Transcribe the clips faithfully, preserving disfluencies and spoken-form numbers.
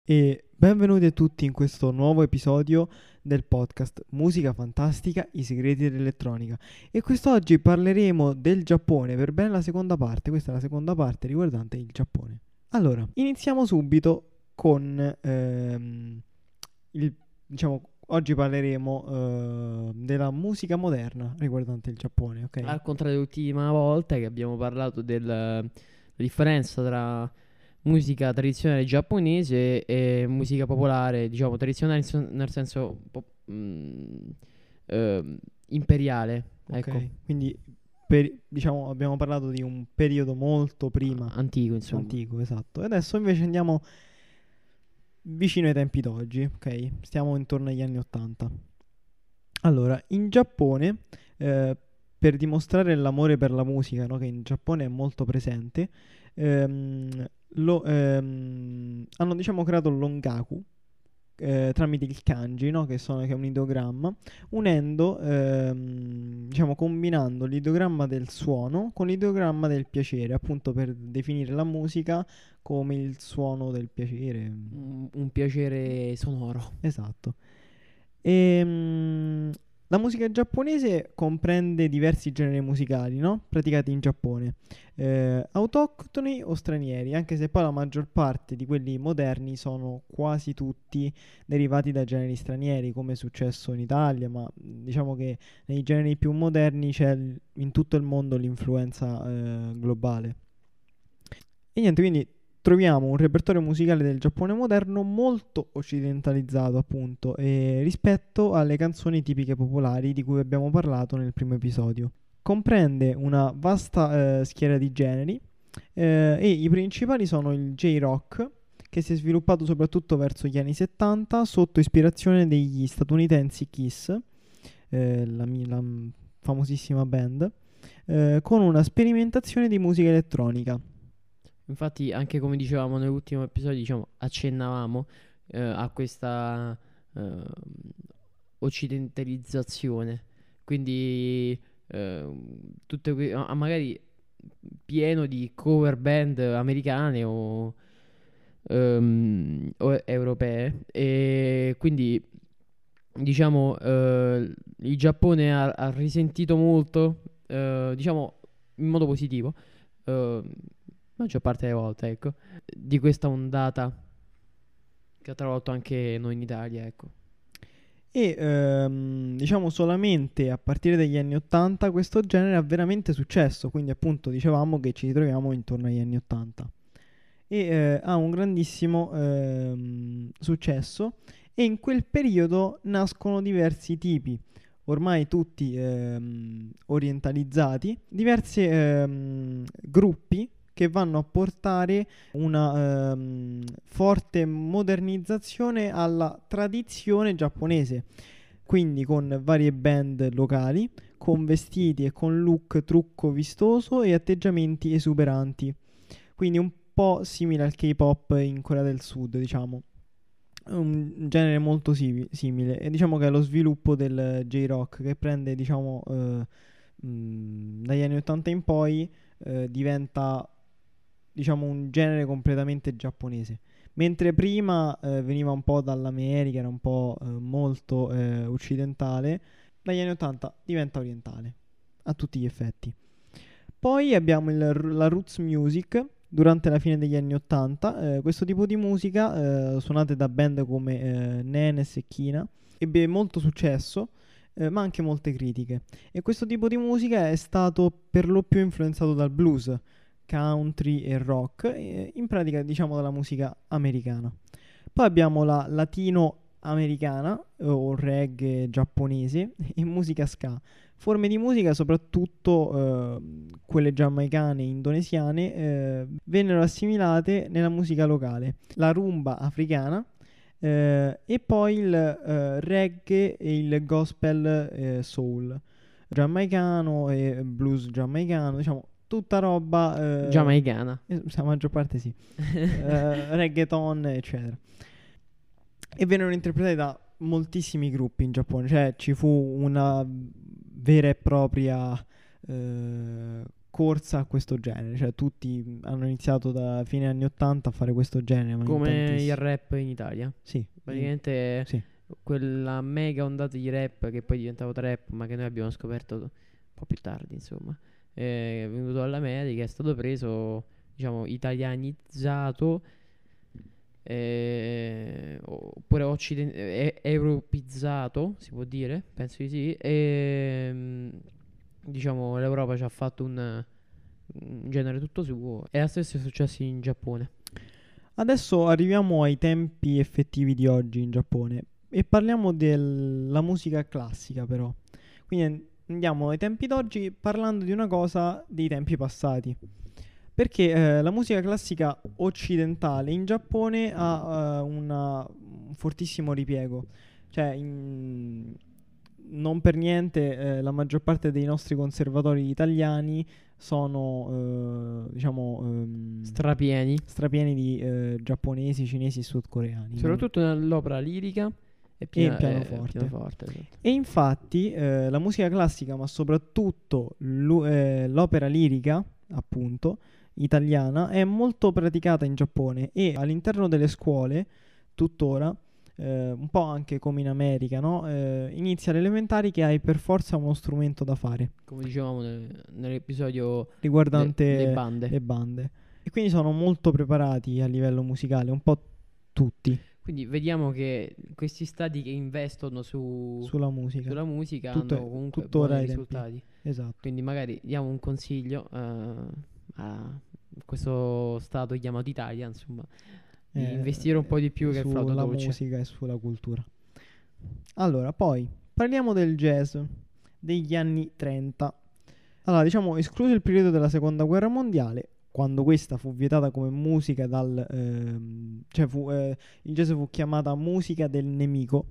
E benvenuti a tutti in questo nuovo episodio del podcast Musica Fantastica, i segreti dell'elettronica. E quest'oggi parleremo del Giappone per bene la seconda parte. Questa è la seconda parte riguardante il Giappone. Allora, iniziamo subito con ehm, il, diciamo, oggi parleremo eh, della musica moderna riguardante il Giappone, ok? Al contrario dell'ultima volta che abbiamo parlato della differenza tra musica tradizionale giapponese e musica popolare, diciamo tradizionale nel sen- nel senso po- mm, ehm, imperiale, Ok, ecco, quindi per- diciamo abbiamo parlato di un periodo molto prima, antico insomma. antico, esatto. E adesso invece andiamo vicino ai tempi d'oggi, ok? Stiamo intorno agli anni ottanta. Allora, in Giappone, eh, per dimostrare l'amore per la musica, no, che in Giappone è molto presente, ehm, lo, ehm, hanno diciamo creato l'ongaku eh, tramite il kanji, no, che, sono, che è un ideogramma, unendo, ehm, diciamo, combinando l'ideogramma del suono con l'ideogramma del piacere, appunto per definire la musica come il suono del piacere. Un, un piacere sonoro. Esatto. Ehm, la musica giapponese comprende diversi generi musicali, no? Praticati in Giappone, eh, autoctoni o stranieri, anche se poi la maggior parte di quelli moderni sono quasi tutti derivati da generi stranieri, come è successo in Italia, ma mh, diciamo che nei generi più moderni c'è l- in tutto il mondo l'influenza eh, globale. E niente, quindi troviamo un repertorio musicale del Giappone moderno molto occidentalizzato, appunto, eh, rispetto alle canzoni tipiche popolari di cui abbiamo parlato nel primo episodio. Comprende una vasta eh, schiera di generi eh, e i principali sono il J-Rock, che si è sviluppato soprattutto verso gli anni settanta sotto ispirazione degli statunitensi Kiss, eh, la, mi- la m- famosissima band, eh, con una sperimentazione di musica elettronica. Infatti, anche come dicevamo nell'ultimo episodio, diciamo, accennavamo eh, a questa ehm, occidentalizzazione. Quindi ehm, tutte que- a- magari pieno di cover band americane o, ehm, o europee. E quindi diciamo eh, il Giappone ha, ha risentito molto, eh, diciamo in modo positivo, eh, maggior parte delle volte, ecco, di questa ondata che ha travolto anche noi in Italia, ecco. E ehm, diciamo solamente a partire dagli anni ottanta questo genere ha veramente successo, quindi appunto dicevamo che ci ritroviamo intorno agli anni ottanta. E eh, ha un grandissimo ehm, successo e in quel periodo nascono diversi tipi, ormai tutti ehm, orientalizzati, diversi ehm, gruppi che vanno a portare una ehm, forte modernizzazione alla tradizione giapponese, quindi con varie band locali, con vestiti e con look trucco vistoso e atteggiamenti esuberanti. Quindi un po' simile al K-pop in Corea del Sud, diciamo. Un genere molto sivi- simile. E diciamo che è lo sviluppo del J-Rock che prende, diciamo, eh, mh, dagli anni ottanta in poi eh, diventa, diciamo, un genere completamente giapponese. Mentre prima eh, veniva un po' dall'America, era un po' eh, molto eh, occidentale, dagli anni ottanta diventa orientale, a tutti gli effetti. Poi abbiamo il- la roots music durante la fine degli anni ottanta. Eh, questo tipo di musica, eh, suonate da band come eh, Nenes e Kina, ebbe molto successo, eh, ma anche molte critiche. E questo tipo di musica è stato per lo più influenzato dal blues, country e rock, eh, in pratica diciamo dalla musica americana. Poi abbiamo la latino-americana o reggae giapponese e musica ska. Forme di musica, soprattutto eh, quelle giamaicane e indonesiane, eh, vennero assimilate nella musica locale. La rumba africana eh, e poi il eh, reggae e il gospel eh, soul giamaicano e blues giamaicano, diciamo tutta roba, eh, Giamaicana. eh, la maggior parte sì, eh, reggaeton, eccetera. E vennero interpretati da moltissimi gruppi in Giappone, cioè ci fu una vera e propria eh, corsa a questo genere, cioè tutti hanno iniziato da fine anni ottanta a fare questo genere, ma in Come il tantissimi- rap in Italia. Sì, Praticamente sì. quella mega ondata di rap che poi diventava trap, ma che noi abbiamo scoperto un po' più tardi, insomma. È venuto dall'America, è stato preso, diciamo, italianizzato, eh, oppure occiden- eh, europizzato, si può dire, penso di sì. E mm, diciamo, l'Europa ci ha fatto un, un genere tutto suo. E la stessa è successo in Giappone. Adesso arriviamo ai tempi effettivi di oggi in Giappone e parliamo della musica classica però. Quindi andiamo ai tempi d'oggi parlando di una cosa dei tempi passati. Perché eh, la musica classica occidentale in Giappone ha eh, una- un fortissimo ripiego. Cioè, in- non per niente eh, la maggior parte dei nostri conservatori italiani sono, eh, diciamo, ehm, Strapieni. strapieni di eh, giapponesi, cinesi e sudcoreani. non- Soprattutto nell'opera lirica e, E pia- in pianoforte. eh, pianoforte, esatto. E infatti eh, la musica classica, ma soprattutto l'u- eh, l'opera lirica, appunto, italiana, è molto praticata in Giappone e all'interno delle scuole, tuttora, eh, un po' anche come in America, no? Eh, inizia alle elementari che hai per forza uno strumento da fare, Come dicevamo nel- nell'episodio riguardante le, le bande. le bande. E quindi sono molto preparati a livello musicale, un po' tutti, Quindi vediamo che questi stati che investono su, sulla musica. sulla musica Tutto- hanno comunque tuttora buoni ai tempi. risultati. Esatto. Quindi magari diamo un consiglio eh, a questo stato chiamato Italia, insomma, di Eh, investire un po' di più che il flauto sulla dolce. musica e sulla cultura. Allora, poi parliamo del jazz degli anni trenta. Allora, diciamo, escluso il periodo della seconda guerra mondiale, quando questa fu vietata come musica dal... ehm, cioè fu, eh, il jazz fu chiamata musica del nemico.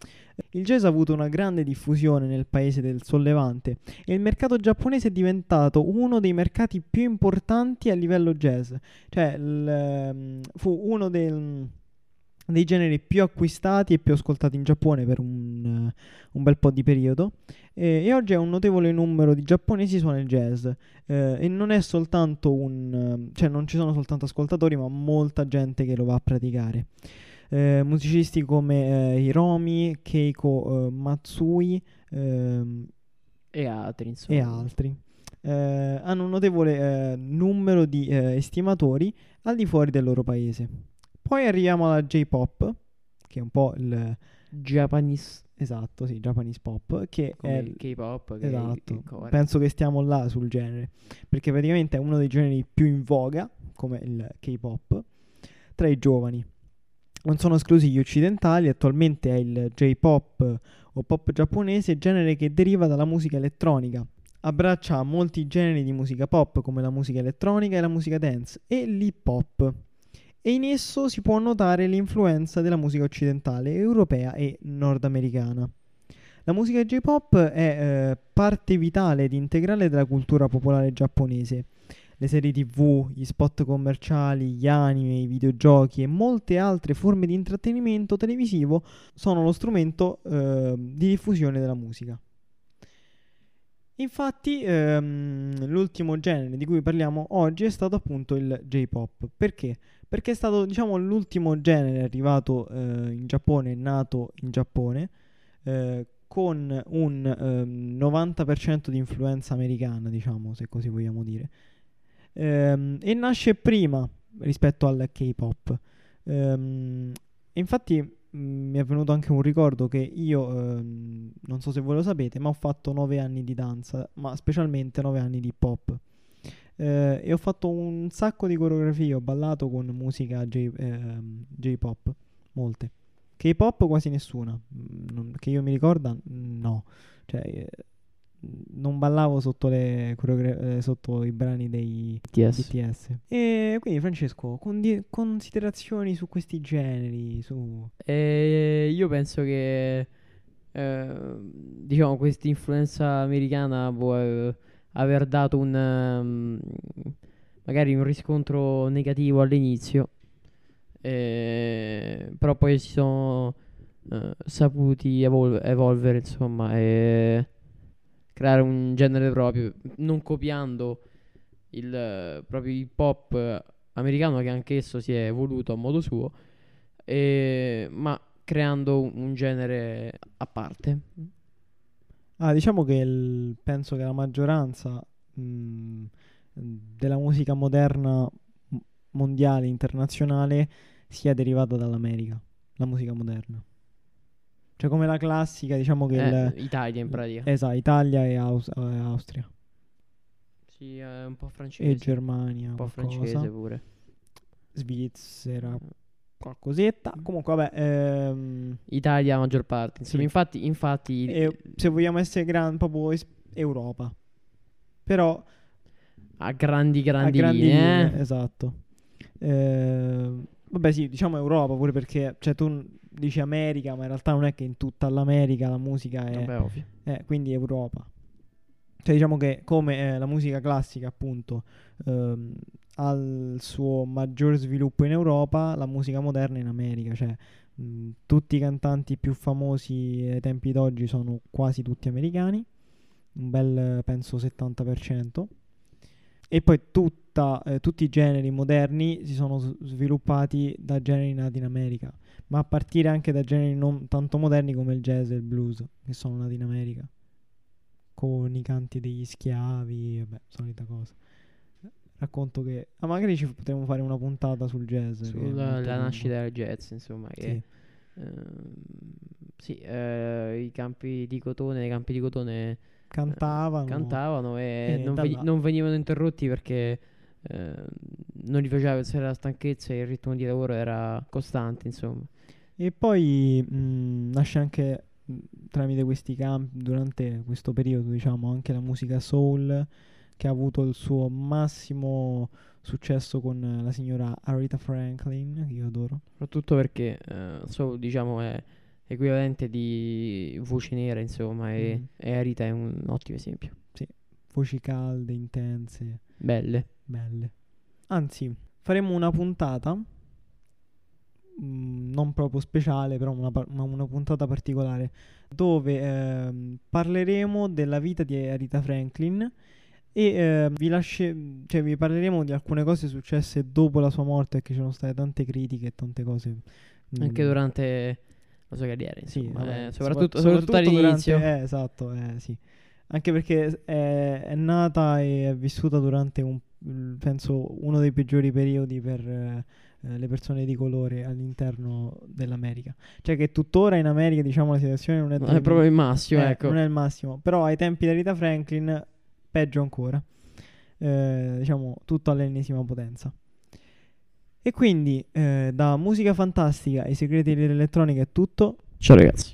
Il jazz ha avuto una grande diffusione nel paese del Sollevante e il mercato giapponese è diventato uno dei mercati più importanti a livello jazz. Cioè, il, ehm, fu uno del- dei generi più acquistati e più ascoltati in Giappone per un, eh, un bel po' di periodo. Eh, e oggi è un notevole numero di giapponesi suona il jazz. Eh, e non è soltanto un... eh, cioè non ci sono soltanto ascoltatori, ma molta gente che lo va a praticare. Eh, musicisti come eh, Hiromi, Keiko eh, Matsui ehm, E altri, insomma. e altri eh, hanno un notevole eh, numero di eh, estimatori al di fuori del loro paese. Poi arriviamo alla J-pop, che è un po' il... Japanese, esatto, sì, Japanese pop, che come è... il K-pop, che è esatto, il core. penso che stiamo là sul genere, perché praticamente è uno dei generi più in voga, come il K-pop, tra i giovani. Non sono esclusi gli occidentali, attualmente è il J-pop o pop giapponese, genere che deriva dalla musica elettronica. Abbraccia molti generi di musica pop come la musica elettronica e la musica dance e l'hip hop. E in esso si può notare l'influenza della musica occidentale, europea e nordamericana. La musica J-pop è eh, parte vitale ed integrale della cultura popolare giapponese. Le serie tivù, gli spot commerciali, gli anime, i videogiochi e molte altre forme di intrattenimento televisivo sono lo strumento eh, di diffusione della musica. Infatti, ehm, l'ultimo genere di cui parliamo oggi è stato appunto il J-pop. Perché? Perché è stato, diciamo, l'ultimo genere arrivato eh, in Giappone, nato in Giappone, eh, con un ehm, novanta per cento di influenza americana, diciamo, se così vogliamo dire. Ehm, e nasce prima rispetto al K-pop. Ehm, e infatti mh, mi è venuto anche un ricordo che io, ehm, non so se voi lo sapete, ma ho fatto nove anni di danza, ma specialmente nove anni di hip hop. Eh, e ho fatto un sacco di coreografie, ho ballato con musica J- ehm, J-pop, molte. K-pop quasi nessuna, mm, non- che io mi ricorda, no. Cioè, eh, non ballavo sotto, le coreogra- eh, sotto i brani dei B T S. B T S. E quindi Francesco, condi- considerazioni su questi generi, su... E io penso che eh, diciamo questa influenza americana può eh, aver dato un ehm, magari un riscontro negativo all'inizio, eh, però poi si sono eh, saputi evol- evolvere, insomma, e creare un genere proprio, non copiando il eh, proprio hip hop eh, americano, che anch'esso si è evoluto a modo suo, e- ma creando un, un genere a parte. Ah, diciamo che il- penso che la maggioranza mh, della musica moderna m- mondiale, internazionale, sia derivata dall'America, la musica moderna. Cioè come la classica, diciamo che Eh, il... Italia in l- pratica. Esatto, Italia e, Aus- e Austria Sì, è un po' e francese, Germania, un po' qualcosa, francese pure. Svizzera, Eh, qualcosetta. Comunque, vabbè, ehm, Italia la maggior parte, insomma, sì. infatti, infatti E se vogliamo essere grandi, proprio es- Europa. Però a grandi a grandi grandi linee, linee, eh. esatto. Ehm, vabbè, sì, diciamo Europa pure perché, cioè, tu n- dici America, ma in realtà non è che in tutta l'America la musica è, Vabbè, ovvio. è quindi Europa. Cioè, diciamo che come eh, la musica classica, appunto, ehm, ha il suo maggior sviluppo in Europa, la musica moderna in America. Cioè, mh, tutti i cantanti più famosi ai tempi d'oggi sono quasi tutti americani, un bel, eh, penso, settanta per cento. E poi tutta, eh, tutti i generi moderni si sono s- sviluppati da generi nati in America, ma a partire anche da generi non tanto moderni come il jazz e il blues, che sono nati in America, con i canti degli schiavi, vabbè, solita cosa. Racconto che... Ah, magari ci f- potremmo fare una puntata sul jazz, che è Sulla molto la lungo. nascita del jazz, insomma, che Sì, ehm, sì, eh, i campi di cotone, i campi di cotone eh, cantavano cantavano e e non, veni- dalla... non venivano interrotti perché ehm, non li faceva pensare alla stanchezza e il ritmo di lavoro era costante, insomma. E poi mh, nasce anche mh, tramite questi campi, durante questo periodo, diciamo, anche la musica soul, che ha avuto il suo massimo successo con eh, la signora Aretha Franklin, che io adoro. Soprattutto perché eh, soul, diciamo, è equivalente di voce nera, insomma, e, Mhm. e Arita è un ottimo esempio. Sì, voci calde, intense, Belle. belle. Anzi, faremo una puntata, mh, non proprio speciale, però una, par- una- una puntata particolare, dove ehm, parleremo della vita di Aretha Franklin e ehm, vi, lasce- cioè, vi parleremo di alcune cose successe dopo la sua morte, perché ci sono state tante critiche e tante cose. Anche mh, durante la sua carriera, Sì, insomma, vabbè, eh, sopra- soprattutto, soprattutto soprattutto durante... all'inizio. Eh, esatto, eh, sì. Anche perché è, è nata e è vissuta durante un, mm, penso, uno dei peggiori periodi per eh, eh, le persone di colore all'interno dell'America. Cioè che tuttora in America, diciamo, la situazione non è Non delle è proprio mi- il massimo, eh, ecco. non è il massimo. Però ai tempi di Rita Franklin, peggio ancora. Eh, diciamo, tutto all'ennesima potenza. E quindi, eh, da Musica Fantastica e i segreti dell'elettronica è tutto. Ciao ragazzi.